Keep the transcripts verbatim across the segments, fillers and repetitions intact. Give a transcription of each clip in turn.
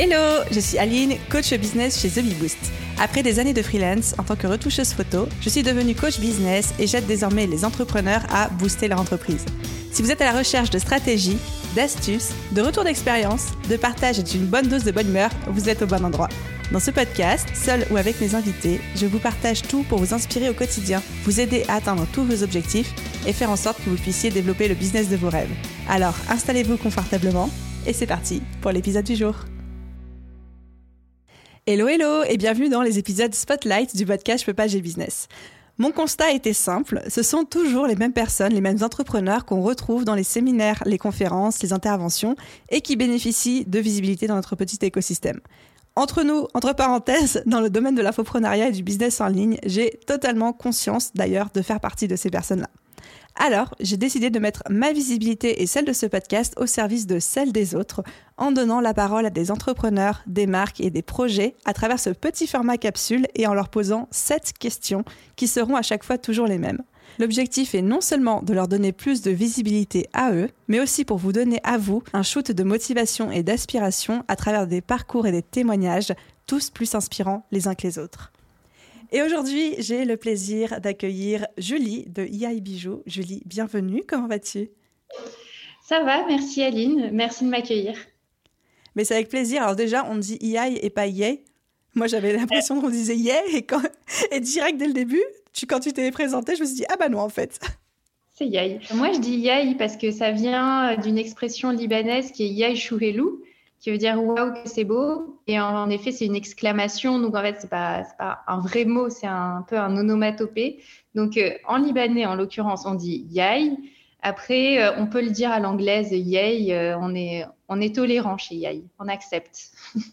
Hello, je suis Aline, coach business chez The Bee Boost. Après des années de freelance en tant que retoucheuse photo, je suis devenue coach business et j'aide désormais les entrepreneurs à booster leur entreprise. Si vous êtes à la recherche de stratégies, d'astuces, de retours d'expérience, de partage et d'une bonne dose de bonne humeur, vous êtes au bon endroit. Dans ce podcast, seul ou avec mes invités, je vous partage tout pour vous inspirer au quotidien, vous aider à atteindre tous vos objectifs et faire en sorte que vous puissiez développer le business de vos rêves. Alors, installez-vous confortablement et c'est parti pour l'épisode du jour. Hello hello et bienvenue dans les épisodes Spotlight du podcast Je peux pas, j'ai business. Mon constat était simple, ce sont toujours les mêmes personnes, les mêmes entrepreneurs qu'on retrouve dans les séminaires, les conférences, les interventions et qui bénéficient de visibilité dans notre petit écosystème. Entre nous, entre parenthèses, dans le domaine de l'infoprenariat et du business en ligne, j'ai totalement conscience d'ailleurs de faire partie de ces personnes-là. Alors, j'ai décidé de mettre ma visibilité et celle de ce podcast au service de celle des autres, en donnant la parole à des entrepreneurs, des marques et des projets à travers ce petit format capsule et en leur posant sept questions qui seront à chaque fois toujours les mêmes. L'objectif est non seulement de leur donner plus de visibilité à eux, mais aussi pour vous donner à vous un shoot de motivation et d'aspiration à travers des parcours et des témoignages, tous plus inspirants les uns que les autres. Et aujourd'hui, j'ai le plaisir d'accueillir Julie de E I Bijoux. Julie, bienvenue, comment vas-tu ? Ça va, merci Aline, merci de m'accueillir. Mais c'est avec plaisir. Alors déjà, on dit E I et pas Yay. Moi, j'avais l'impression qu'on disait Yay et, quand... et direct dès le début, tu... quand tu t'es présentée, je me suis dit « Ah bah non, en fait !» C'est Yay. Moi, je dis Yay parce que ça vient d'une expression libanaise qui est Yay Chouhelou, qui veut dire « Waouh, que c'est beau !» Et en effet, c'est une exclamation. Donc, en fait, ce n'est pas, c'est pas un vrai mot, c'est un peu un onomatopée. Donc, euh, en libanais, en l'occurrence, on dit « Yay ». Après, euh, on peut le dire à l'anglaise « Yay euh, ». On est, on est tolérant chez Yay. On accepte.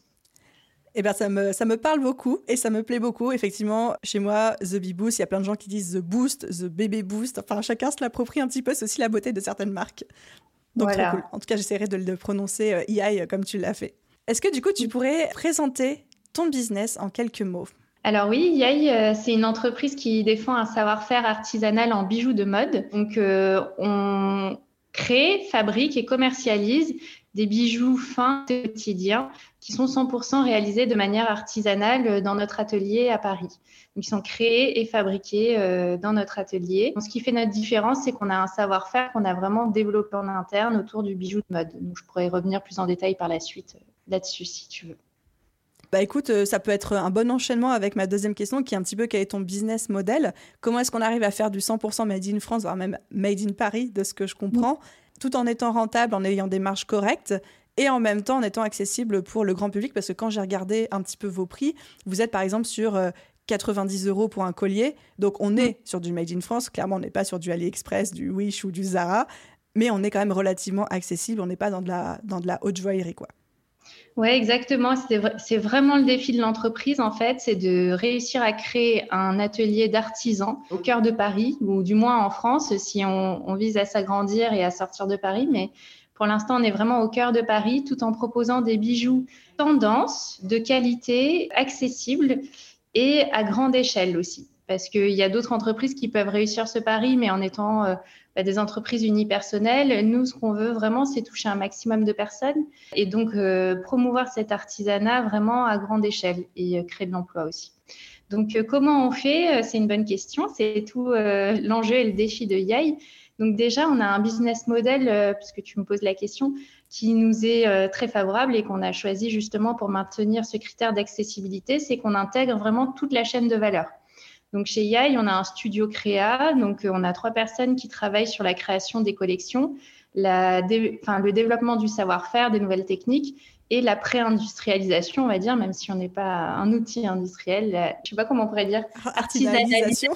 Eh bien, ça me, ça me parle beaucoup et ça me plaît beaucoup. Effectivement, chez moi, The Bee Boost, il y a plein de gens qui disent The Boost, The Baby Boost. Enfin, chacun se l'approprie un petit peu. C'est aussi la beauté de certaines marques. Donc, voilà. Trop cool. En tout cas, j'essaierai de le prononcer euh, E I comme tu l'as fait. Est-ce que, du coup, tu pourrais présenter ton business en quelques mots ? Alors oui, Yay, euh, c'est une entreprise qui défend un savoir-faire artisanal en bijoux de mode. Donc, euh, on crée, fabrique et commercialise des bijoux fins et quotidiens qui sont cent pour cent réalisés de manière artisanale dans notre atelier à Paris. Donc, ils sont créés et fabriqués euh, dans notre atelier. Donc, ce qui fait notre différence, c'est qu'on a un savoir-faire qu'on a vraiment développé en interne autour du bijou de mode. Donc, je pourrais revenir plus en détail par la suite euh, là-dessus, si tu veux. Bah écoute, ça peut être un bon enchaînement avec ma deuxième question qui est un petit peu quel est ton business model ? Comment est-ce qu'on arrive à faire du cent pour cent made in France, voire même made in Paris, de ce que je comprends, tout en étant rentable, en ayant des marges correctes et en même temps en étant accessible pour le grand public ? Parce que quand j'ai regardé un petit peu vos prix, vous êtes par exemple sur quatre-vingt-dix euros pour un collier. Donc on est sur du made in France, clairement on n'est pas sur du AliExpress, du Wish ou du Zara, mais on est quand même relativement accessible, on n'est pas dans de la, dans de la haute joaillerie, quoi. Oui, exactement. C'est, v- c'est vraiment le défi de l'entreprise, en fait, c'est de réussir à créer un atelier d'artisans au cœur de Paris, ou du moins en France, si on, on vise à s'agrandir et à sortir de Paris. Mais pour l'instant, on est vraiment au cœur de Paris, tout en proposant des bijoux tendance, de qualité, accessibles et à grande échelle aussi. Parce qu'il y a d'autres entreprises qui peuvent réussir ce pari, mais en étant euh, bah, des entreprises unipersonnelles. Nous, ce qu'on veut vraiment, c'est toucher un maximum de personnes et donc euh, promouvoir cet artisanat vraiment à grande échelle et euh, créer de l'emploi aussi. Donc, euh, comment on fait ? euh, C'est une bonne question. C'est tout euh, l'enjeu et le défi de Yay. Donc déjà, on a un business model, euh, puisque tu me poses la question, qui nous est euh, très favorable et qu'on a choisi justement pour maintenir ce critère d'accessibilité, c'est qu'on intègre vraiment toute la chaîne de valeur. Donc, chez Yay, on a un studio créa. Donc, on a trois personnes qui travaillent sur la création des collections, la dé... enfin, le développement du savoir-faire, des nouvelles techniques et la pré-industrialisation, on va dire, même si on n'est pas un outil industriel. La... Je ne sais pas comment on pourrait dire. Artisanalisation.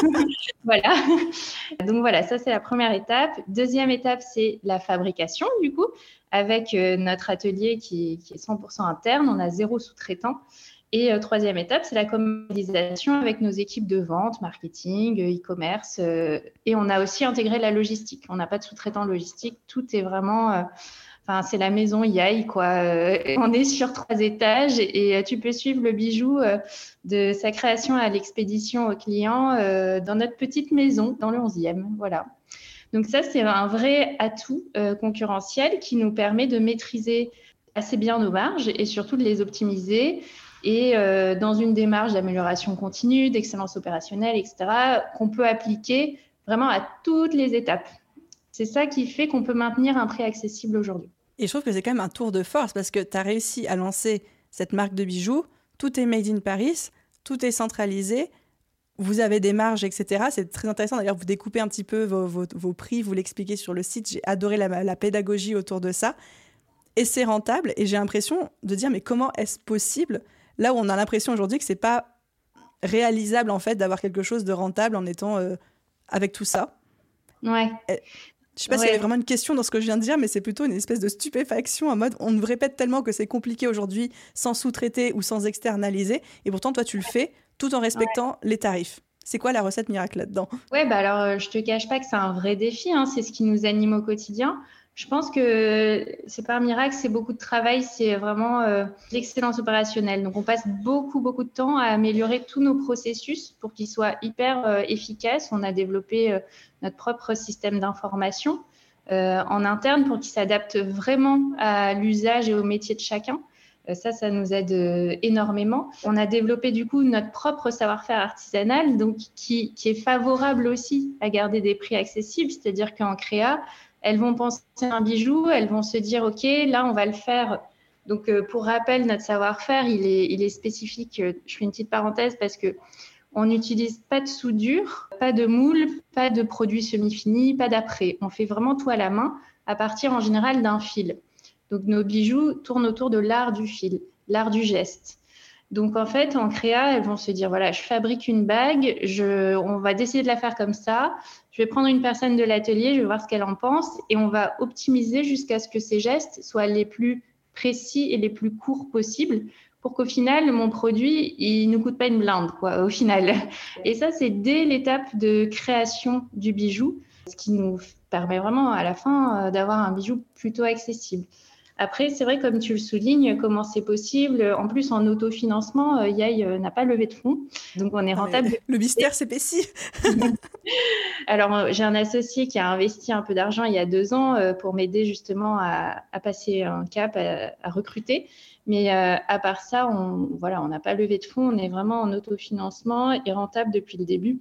Voilà. Donc, voilà, ça, c'est la première étape. Deuxième étape, c'est la fabrication, du coup, avec euh, notre atelier qui, qui est cent pour cent interne. On a zéro sous-traitant. Et euh, troisième étape, c'est la commercialisation avec nos équipes de vente, marketing, e-commerce. Euh, et on a aussi intégré la logistique. On n'a pas de sous-traitant logistique. Tout est vraiment... Euh, enfin, c'est la maison Yay, quoi. Euh, on est sur trois étages et, et tu peux suivre le bijou euh, de sa création à l'expédition au client euh, dans notre petite maison, dans le onzième. Voilà. Donc ça, c'est un vrai atout euh, concurrentiel qui nous permet de maîtriser assez bien nos marges et surtout de les optimiser et euh, dans une démarche d'amélioration continue, d'excellence opérationnelle, et cetera, qu'on peut appliquer vraiment à toutes les étapes. C'est ça qui fait qu'on peut maintenir un prix accessible aujourd'hui. Et je trouve que c'est quand même un tour de force parce que tu as réussi à lancer cette marque de bijoux, tout est made in Paris, tout est centralisé, vous avez des marges, et cetera. C'est très intéressant. D'ailleurs, vous découpez un petit peu vos, vos, vos prix, vous l'expliquez sur le site. J'ai adoré la, la pédagogie autour de ça. Et c'est rentable. Et j'ai l'impression de dire, mais comment est-ce possible, là où on a l'impression aujourd'hui que c'est pas réalisable, en fait, d'avoir quelque chose de rentable en étant euh, avec tout ça. Ouais. Et, je sais pas ouais. s'il y avait vraiment une question dans ce que je viens de dire, mais c'est plutôt une espèce de stupéfaction en mode on nous répète tellement que c'est compliqué aujourd'hui sans sous-traiter ou sans externaliser. Et pourtant, toi, tu le fais tout en respectant ouais. les tarifs. C'est quoi la recette miracle là-dedans ? Ouais, bah alors, euh, je te cache pas que c'est un vrai défi. Hein, c'est ce qui nous anime au quotidien. Je pense que c'est pas un miracle, c'est beaucoup de travail, c'est vraiment euh, l'excellence opérationnelle. Donc, on passe beaucoup, beaucoup de temps à améliorer tous nos processus pour qu'ils soient hyper euh, efficaces. On a développé euh, notre propre système d'information euh, en interne pour qu'il s'adapte vraiment à l'usage et au métier de chacun. Euh, ça, ça nous aide euh, énormément. On a développé du coup notre propre savoir-faire artisanal, donc qui, qui est favorable aussi à garder des prix accessibles, c'est-à-dire qu'en créa, elles vont penser à un bijou, elles vont se dire, OK, là, on va le faire. Donc, euh, pour rappel, notre savoir-faire, il est, il est spécifique. Je fais une petite parenthèse parce qu'on n'utilise pas de soudure, pas de moule, pas de produits semi-finis, pas d'après. On fait vraiment tout à la main à partir, en général, d'un fil. Donc, nos bijoux tournent autour de l'art du fil, l'art du geste. Donc, en fait, en créa, elles vont se dire, voilà, je fabrique une bague, je, on va décider de la faire comme ça. Je vais prendre une personne de l'atelier, je vais voir ce qu'elle en pense et on va optimiser jusqu'à ce que ces gestes soient les plus précis et les plus courts possibles pour qu'au final, mon produit, il ne coûte pas une blinde, quoi, au final. Et ça, c'est dès l'étape de création du bijou, ce qui nous permet vraiment à la fin d'avoir un bijou plutôt accessible. Après, c'est vrai, comme tu le soulignes, comment c'est possible. En plus, en autofinancement, euh, Yaï euh, n'a pas levé de fonds. Donc, on est rentable. Ah, le mystère s'épaissit. Alors, j'ai un associé qui a investi un peu d'argent il y a deux ans euh, pour m'aider justement à, à passer un cap, à, à recruter. Mais euh, à part ça, on voilà, on n'a pas levé de fonds. On est vraiment en autofinancement et rentable depuis le début.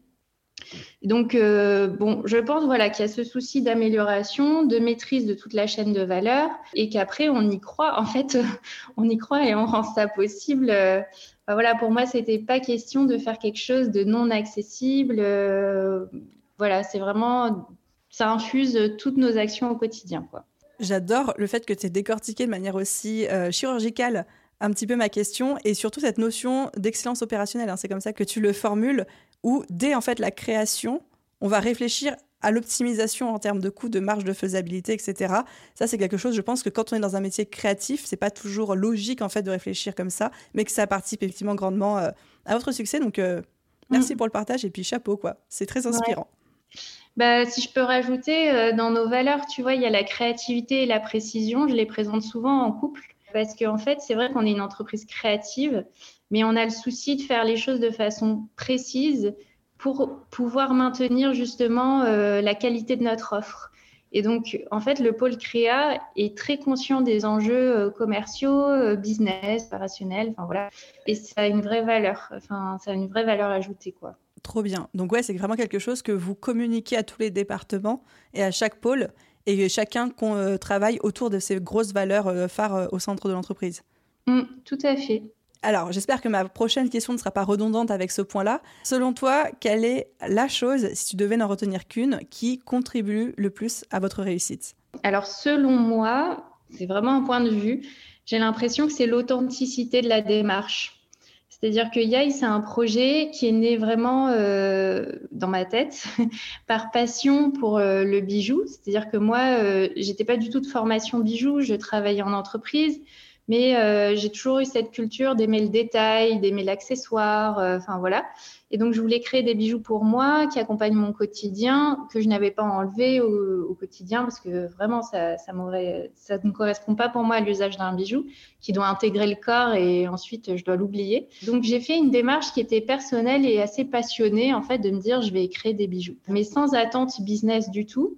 Donc, euh, bon, je pense voilà, qu'il y a ce souci d'amélioration, de maîtrise de toute la chaîne de valeur et qu'après, on y croit. En fait, on y croit et on rend ça possible. Euh, ben voilà, pour moi, ce n'était pas question de faire quelque chose de non accessible. Euh, voilà, c'est vraiment, ça infuse toutes nos actions au quotidien, quoi. J'adore le fait que tu aies décortiqué de manière aussi euh, chirurgicale un petit peu ma question et surtout cette notion d'excellence opérationnelle. Hein, c'est comme ça que tu le formules. Où dès en fait la création, on va réfléchir à l'optimisation en termes de coûts, de marge de faisabilité, et cetera. Ça, c'est quelque chose, je pense que quand on est dans un métier créatif, c'est pas toujours logique en fait de réfléchir comme ça, mais que ça participe effectivement grandement euh, à votre succès. Donc, euh, merci mmh. pour le partage et puis chapeau, quoi. C'est très inspirant. Ouais. Bah, si je peux rajouter, euh, dans nos valeurs, tu vois, il y a la créativité et la précision. Je les présente souvent en couple parce qu'en fait, c'est vrai qu'on est une entreprise créative, mais on a le souci de faire les choses de façon précise pour pouvoir maintenir justement euh, la qualité de notre offre. Et donc, en fait, le pôle créa est très conscient des enjeux euh, commerciaux, euh, business, opérationnels, enfin voilà. Et ça a une vraie valeur, enfin, ça a une vraie valeur ajoutée, quoi. Trop bien. Donc ouais, c'est vraiment quelque chose que vous communiquez à tous les départements et à chaque pôle et chacun qu'on euh, travaille autour de ces grosses valeurs euh, phares euh, au centre de l'entreprise. Mmh, tout à fait. Alors, j'espère que ma prochaine question ne sera pas redondante avec ce point-là. Selon toi, quelle est la chose, si tu devais n'en retenir qu'une, qui contribue le plus à votre réussite ? Alors, selon moi, c'est vraiment un point de vue, j'ai l'impression que c'est l'authenticité de la démarche. C'est-à-dire que Yaï, c'est un projet qui est né vraiment euh, dans ma tête par passion pour euh, le bijou. C'est-à-dire que moi, euh, j'étais pas du tout de formation bijou, je travaillais en entreprise. Mais euh, j'ai toujours eu cette culture d'aimer le détail, d'aimer l'accessoire, enfin euh, voilà. Et donc, je voulais créer des bijoux pour moi qui accompagnent mon quotidien, que je n'avais pas enlevé au, au quotidien parce que vraiment, ça, ça, ça ne correspond pas pour moi à l'usage d'un bijou qui doit intégrer le corps et ensuite, je dois l'oublier. Donc, j'ai fait une démarche qui était personnelle et assez passionnée, en fait, de me dire, je vais créer des bijoux. Mais sans attente business du tout.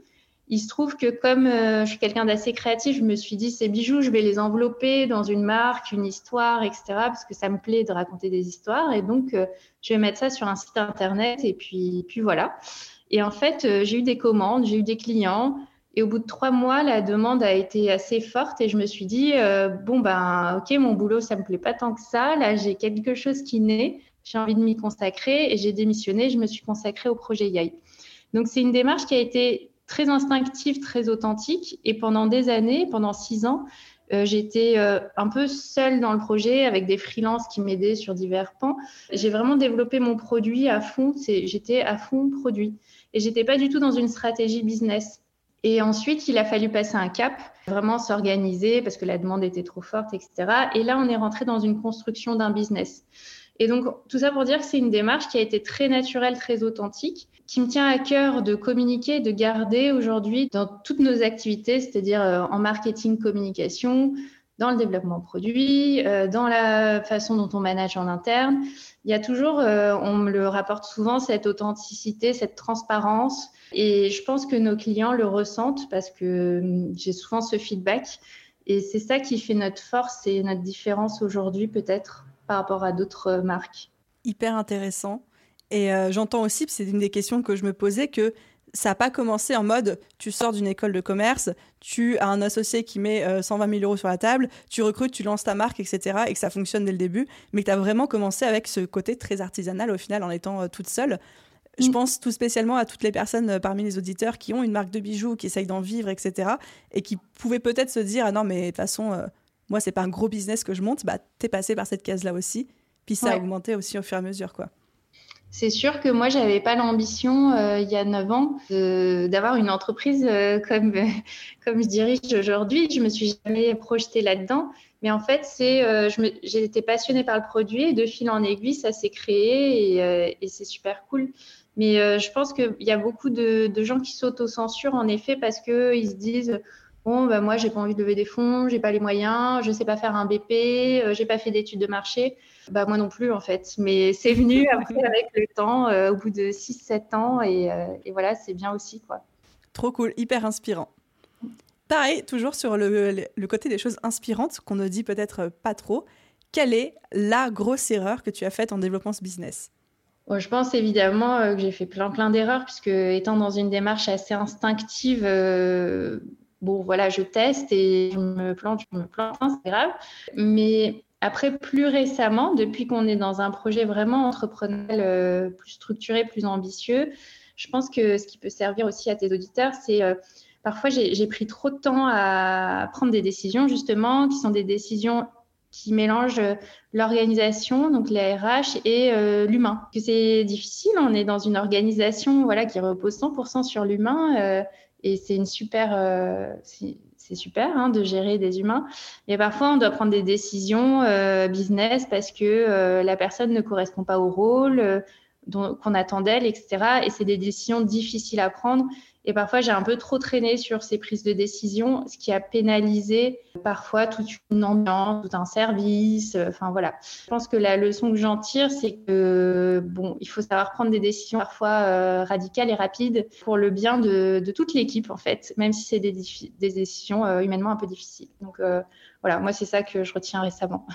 Il se trouve que comme euh, je suis quelqu'un d'assez créatif, je me suis dit, ces bijoux, je vais les envelopper dans une marque, une histoire, et cetera, parce que ça me plaît de raconter des histoires. Et donc, euh, je vais mettre ça sur un site internet et puis, puis voilà. Et en fait, euh, j'ai eu des commandes, j'ai eu des clients. Et au bout de trois mois, la demande a été assez forte et je me suis dit, euh, bon, ben, ok, mon boulot, ça me plaît pas tant que ça. Là, j'ai quelque chose qui naît. J'ai envie de m'y consacrer et j'ai démissionné. Je me suis consacrée au projet Yai. Donc, c'est une démarche qui a été très instinctive, très authentique. Et pendant des années, pendant six ans, euh, j'étais euh, un peu seule dans le projet avec des freelances qui m'aidaient sur divers pans. J'ai vraiment développé mon produit à fond. C'est, j'étais à fond produit. Et j'étais pas du tout dans une stratégie business. Et ensuite, il a fallu passer un cap, vraiment s'organiser parce que la demande était trop forte, et cetera. Et là, on est rentré dans une construction d'un business. Et donc, tout ça pour dire que c'est une démarche qui a été très naturelle, très authentique, qui me tient à cœur de communiquer, de garder aujourd'hui dans toutes nos activités, c'est-à-dire en marketing, communication, dans le développement produit, dans la façon dont on manage en interne. Il y a toujours, on me le rapporte souvent, cette authenticité, cette transparence. Et je pense que nos clients le ressentent parce que j'ai souvent ce feedback. Et c'est ça qui fait notre force et notre différence aujourd'hui, peut-être, par rapport à d'autres marques. Hyper intéressant. Et euh, j'entends aussi, c'est une des questions que je me posais, que ça n'a pas commencé en mode tu sors d'une école de commerce, tu as un associé qui met euh, cent vingt mille euros sur la table, tu recrutes, tu lances ta marque, et cetera, et que ça fonctionne dès le début, mais que tu as vraiment commencé avec ce côté très artisanal au final en étant euh, toute seule. Je pense tout spécialement à toutes les personnes euh, parmi les auditeurs qui ont une marque de bijoux, qui essayent d'en vivre, et cetera, et qui pouvaient peut-être se dire « Ah non, mais de toute façon, euh, moi, c'est pas un gros business que je monte. » Bah, t'es passé par cette case-là aussi. Puis ça ouais. a augmenté aussi au fur et à mesure, quoi. C'est sûr que moi, j'avais pas l'ambition, euh, il y a neuf ans, de, d'avoir une entreprise euh, comme, euh, comme je dirige aujourd'hui. Je me suis jamais projetée là-dedans. Mais en fait, c'est, euh, je me, j'ai été passionnée par le produit et de fil en aiguille, ça s'est créé et, euh, et c'est super cool. Mais euh, je pense qu'il y a beaucoup de, de gens qui s'auto-censurent, en effet, parce qu'ils se disent « Bon, bah, moi, j'ai pas envie de lever des fonds, j'ai pas les moyens, je sais pas faire un B P, euh, j'ai pas fait d'études de marché. » Bah, moi non plus, en fait. Mais c'est venu après avec le temps, euh, au bout de six sept ans. Et, euh, et voilà, c'est bien aussi, quoi. Trop cool, hyper inspirant. Pareil, toujours sur le, le, le côté des choses inspirantes qu'on ne dit peut-être pas trop. Quelle est la grosse erreur que tu as faite en développant ce business ? Bon, je pense évidemment euh, que j'ai fait plein, plein d'erreurs, puisque étant dans une démarche assez instinctive, euh, bon, voilà, je teste et je me plante, je me plante, hein, c'est grave. Mais après, plus récemment, depuis qu'on est dans un projet vraiment entrepreneurial, euh, plus structuré, plus ambitieux, je pense que ce qui peut servir aussi à tes auditeurs, c'est euh, parfois j'ai, j'ai pris trop de temps à prendre des décisions, justement, qui sont des décisions qui mélangent l'organisation, donc la R H, et euh, l'humain. Que c'est difficile, on est dans une organisation voilà, qui repose cent pour cent sur l'humain, euh, et c'est une super, euh, c'est, c'est super hein, de gérer des humains. Mais parfois, on doit prendre des décisions euh, business parce que euh, la personne ne correspond pas au rôle euh, dont, qu'on attend d'elle, et cetera. Et c'est des décisions difficiles à prendre. Et parfois, j'ai un peu trop traîné sur ces prises de décision, ce qui a pénalisé parfois toute une ambiance, tout un service. Enfin, voilà. Je pense que la leçon que j'en tire, c'est que, bon, il faut savoir prendre des décisions parfois euh, radicales et rapides pour le bien de, de toute l'équipe, en fait, même si c'est des, des décisions euh, humainement un peu difficiles. Donc, euh, voilà, moi, c'est ça que je retiens récemment.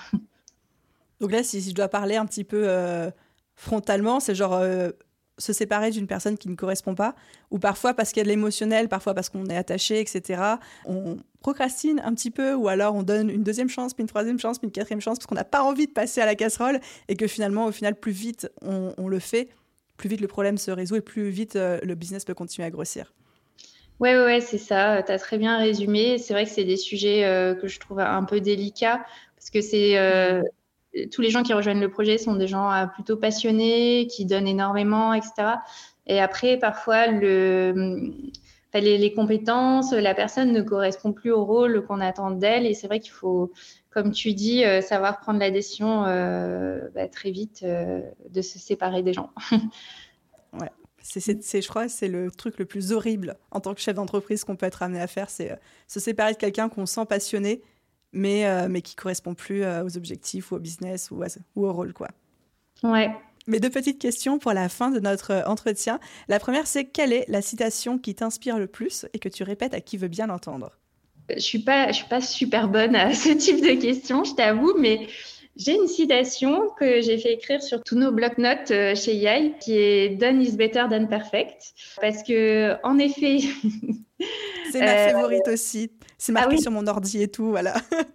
Donc là, si je dois parler un petit peu euh, frontalement, c'est genre... Euh... se séparer d'une personne qui ne correspond pas, ou parfois parce qu'il y a de l'émotionnel, parfois parce qu'on est attaché, et cetera. On procrastine un petit peu, ou alors on donne une deuxième chance, puis une troisième chance, puis une quatrième chance, parce qu'on n'a pas envie de passer à la casserole, et que finalement, au final, plus vite on, on le fait, plus vite le problème se résout, et plus vite euh, le business peut continuer à grossir. Ouais, ouais, ouais, c'est ça. Tu as très bien résumé. C'est vrai que c'est des sujets euh, que je trouve un peu délicats, parce que c'est... Euh, tous les gens qui rejoignent le projet sont des gens euh, plutôt passionnés, qui donnent énormément, et cetera. Et après, parfois, le, enfin, les, les compétences, la personne ne correspond plus au rôle qu'on attend d'elle. Et c'est vrai qu'il faut, comme tu dis, euh, savoir prendre la décision euh, bah, très vite euh, de se séparer des gens. Ouais. C'est, c'est, c'est, je crois que c'est le truc le plus horrible en tant que chef d'entreprise qu'on peut être amené à faire, c'est euh, se séparer de quelqu'un qu'on sent passionné, mais, euh, mais qui ne correspond plus euh, aux objectifs ou au business ou, à, ou au rôle, quoi. Ouais, Mes deux petites questions pour la fin de notre entretien. La première, c'est quelle est la citation qui t'inspire le plus et que tu répètes à qui veut bien l'entendre? Je suis pas, je suis pas super bonne à ce type de questions, je t'avoue, mais j'ai une citation que j'ai fait écrire sur tous nos bloc-notes chez Yai, qui est « Done is better than perfect ». Parce que, en effet... C'est ma euh... favorite aussi. C'est marqué ah oui. sur mon ordi et tout, voilà.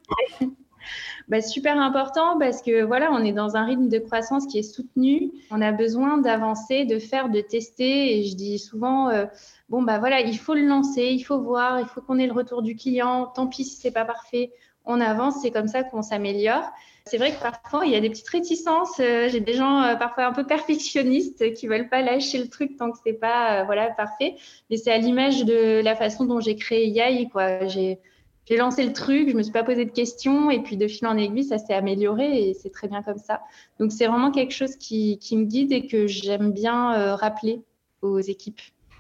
Bah, super important parce que voilà, on est dans un rythme de croissance qui est soutenu. On a besoin d'avancer, de faire, de tester. Et je dis souvent, euh, bon bah voilà, il faut le lancer, il faut voir, il faut qu'on ait le retour du client. Tant pis si c'est pas parfait, on avance. C'est comme ça qu'on s'améliore. C'est vrai que parfois il y a des petites réticences. Euh, j'ai des gens euh, parfois un peu perfectionnistes qui veulent pas lâcher le truc tant que c'est pas euh, voilà parfait. Mais c'est à l'image de la façon dont j'ai créé Yai, quoi. J'ai J'ai lancé le truc, je me suis pas posé de questions et puis de fil en aiguille, ça s'est amélioré et c'est très bien comme ça. Donc, c'est vraiment quelque chose qui, qui me guide et que j'aime bien euh, rappeler aux équipes.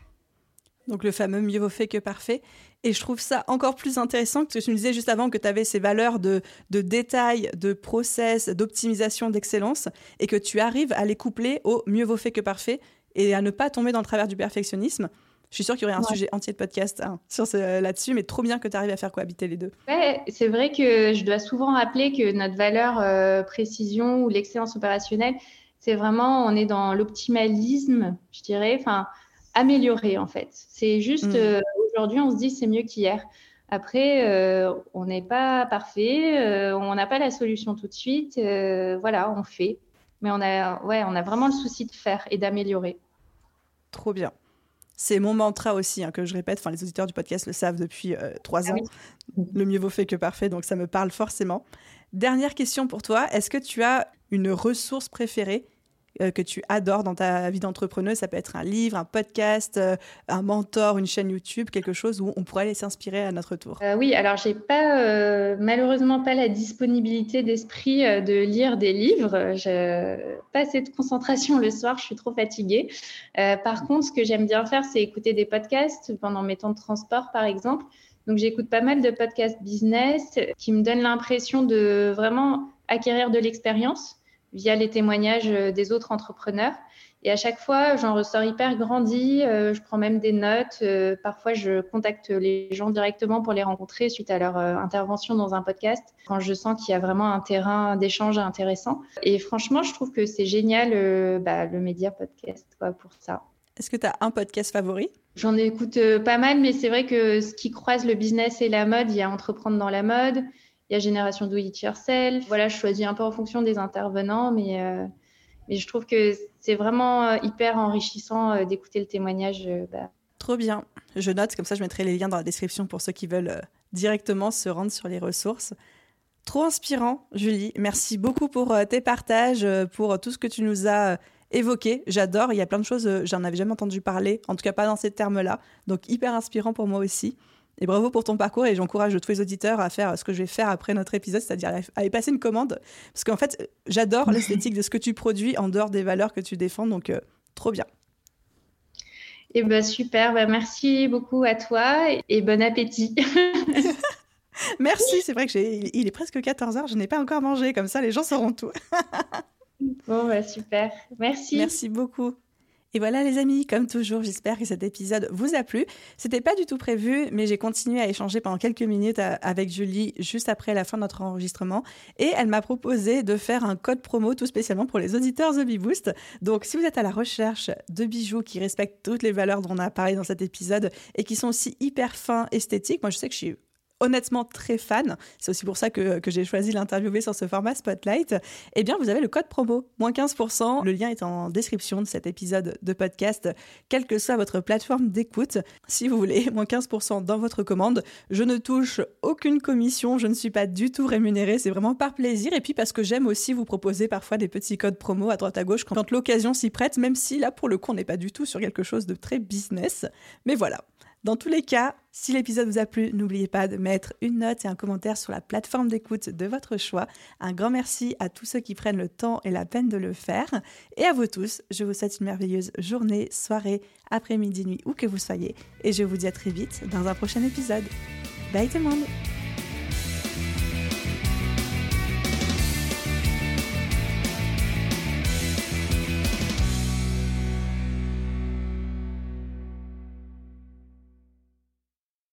Donc, le fameux mieux vaut fait que parfait. Et je trouve ça encore plus intéressant que tu me disais juste avant que tu avais ces valeurs de, de détail, de process, d'optimisation, d'excellence et que tu arrives à les coupler au mieux vaut fait que parfait et à ne pas tomber dans le travers du perfectionnisme. Je suis sûre qu'il y aurait un ouais. sujet entier de podcast hein, sur ce, là-dessus, mais trop bien que tu arrives à faire cohabiter les deux. Ouais, c'est vrai que je dois souvent rappeler que notre valeur euh, précision ou l'excellence opérationnelle, c'est vraiment, on est dans l'optimalisme, je dirais, enfin, améliorer en fait. C'est juste, mmh. euh, aujourd'hui, on se dit c'est mieux qu'hier. Après, euh, on n'est pas parfait, euh, on n'a pas la solution tout de suite, euh, voilà, on fait. Mais on a, ouais, on a vraiment le souci de faire et d'améliorer. Trop bien. C'est mon mantra aussi, hein, que je répète. Enfin, les auditeurs du podcast le savent depuis euh, trois ans. Ah oui. Le mieux vaut fait que parfait, donc ça me parle forcément. Dernière question pour toi. Est-ce que tu as une ressource préférée euh, que tu adores dans ta vie d'entrepreneuse? Ça peut être un livre, un podcast, euh, un mentor, une chaîne YouTube, quelque chose où on pourrait aller s'inspirer à notre tour. Euh, oui, alors j'ai pas euh, malheureusement pas la disponibilité d'esprit euh, de lire des livres. Je pas assez de concentration le soir, je suis trop fatiguée. Euh, par contre, ce que j'aime bien faire, c'est écouter des podcasts pendant mes temps de transport, par exemple. Donc j'écoute pas mal de podcasts business qui me donnent l'impression de vraiment acquérir de l'expérience via les témoignages des autres entrepreneurs. Et à chaque fois, j'en ressors hyper grandi. Euh, je prends même des notes. Euh, parfois, je contacte les gens directement pour les rencontrer suite à leur euh, intervention dans un podcast, quand je sens qu'il y a vraiment un terrain d'échange intéressant. Et franchement, je trouve que c'est génial euh, bah, le média podcast quoi, pour ça. Est-ce que tu as un podcast favori ? J'en écoute euh, pas mal, mais c'est vrai que ce qui croise le business et la mode, il y a Entreprendre dans la mode, il y a Génération Do It Yourself. Voilà, je choisis un peu en fonction des intervenants, mais... Euh, Mais je trouve que c'est vraiment hyper enrichissant d'écouter le témoignage. Bah. Trop bien. Je note, comme ça je mettrai les liens dans la description pour ceux qui veulent directement se rendre sur les ressources. Trop inspirant, Julie. Merci beaucoup pour tes partages, pour tout ce que tu nous as évoqué. J'adore, il y a plein de choses, j'en avais jamais entendu parler, en tout cas pas dans ces termes-là. Donc hyper inspirant pour moi aussi. Et bravo pour ton parcours et j'encourage tous les auditeurs à faire ce que je vais faire après notre épisode, c'est-à-dire à aller passer une commande. Parce qu'en fait, j'adore l'esthétique de ce que tu produis en dehors des valeurs que tu défends, donc euh, trop bien. Eh ben super, ben merci beaucoup à toi et bon appétit. Merci, c'est vrai que j'ai, il est presque quatorze heures, je n'ai pas encore mangé, comme ça les gens sauront tout. Bon, ben super, merci. Merci beaucoup. Et voilà les amis, comme toujours, j'espère que cet épisode vous a plu. C'était pas du tout prévu, mais j'ai continué à échanger pendant quelques minutes avec Julie juste après la fin de notre enregistrement. Et elle m'a proposé de faire un code promo tout spécialement pour les auditeurs The Bee Boost. Donc si vous êtes à la recherche de bijoux qui respectent toutes les valeurs dont on a parlé dans cet épisode et qui sont aussi hyper fins, esthétiques, moi je sais que je suis honnêtement très fan, c'est aussi pour ça que, que j'ai choisi de l'interviewer sur ce format Spotlight, eh bien vous avez le code promo, moins quinze pour cent, le lien est en description de cet épisode de podcast, quelle que soit votre plateforme d'écoute, si vous voulez, moins quinze pour cent dans votre commande, je ne touche aucune commission, je ne suis pas du tout rémunérée, c'est vraiment par plaisir, et puis parce que j'aime aussi vous proposer parfois des petits codes promo à droite à gauche quand l'occasion s'y prête, même si là pour le coup on n'est pas du tout sur quelque chose de très business, mais voilà. Dans tous les cas, si l'épisode vous a plu, n'oubliez pas de mettre une note et un commentaire sur la plateforme d'écoute de votre choix. Un grand merci à tous ceux qui prennent le temps et la peine de le faire. Et à vous tous, je vous souhaite une merveilleuse journée, soirée, après-midi, nuit, où que vous soyez. Et je vous dis à très vite dans un prochain épisode. Bye tout le monde!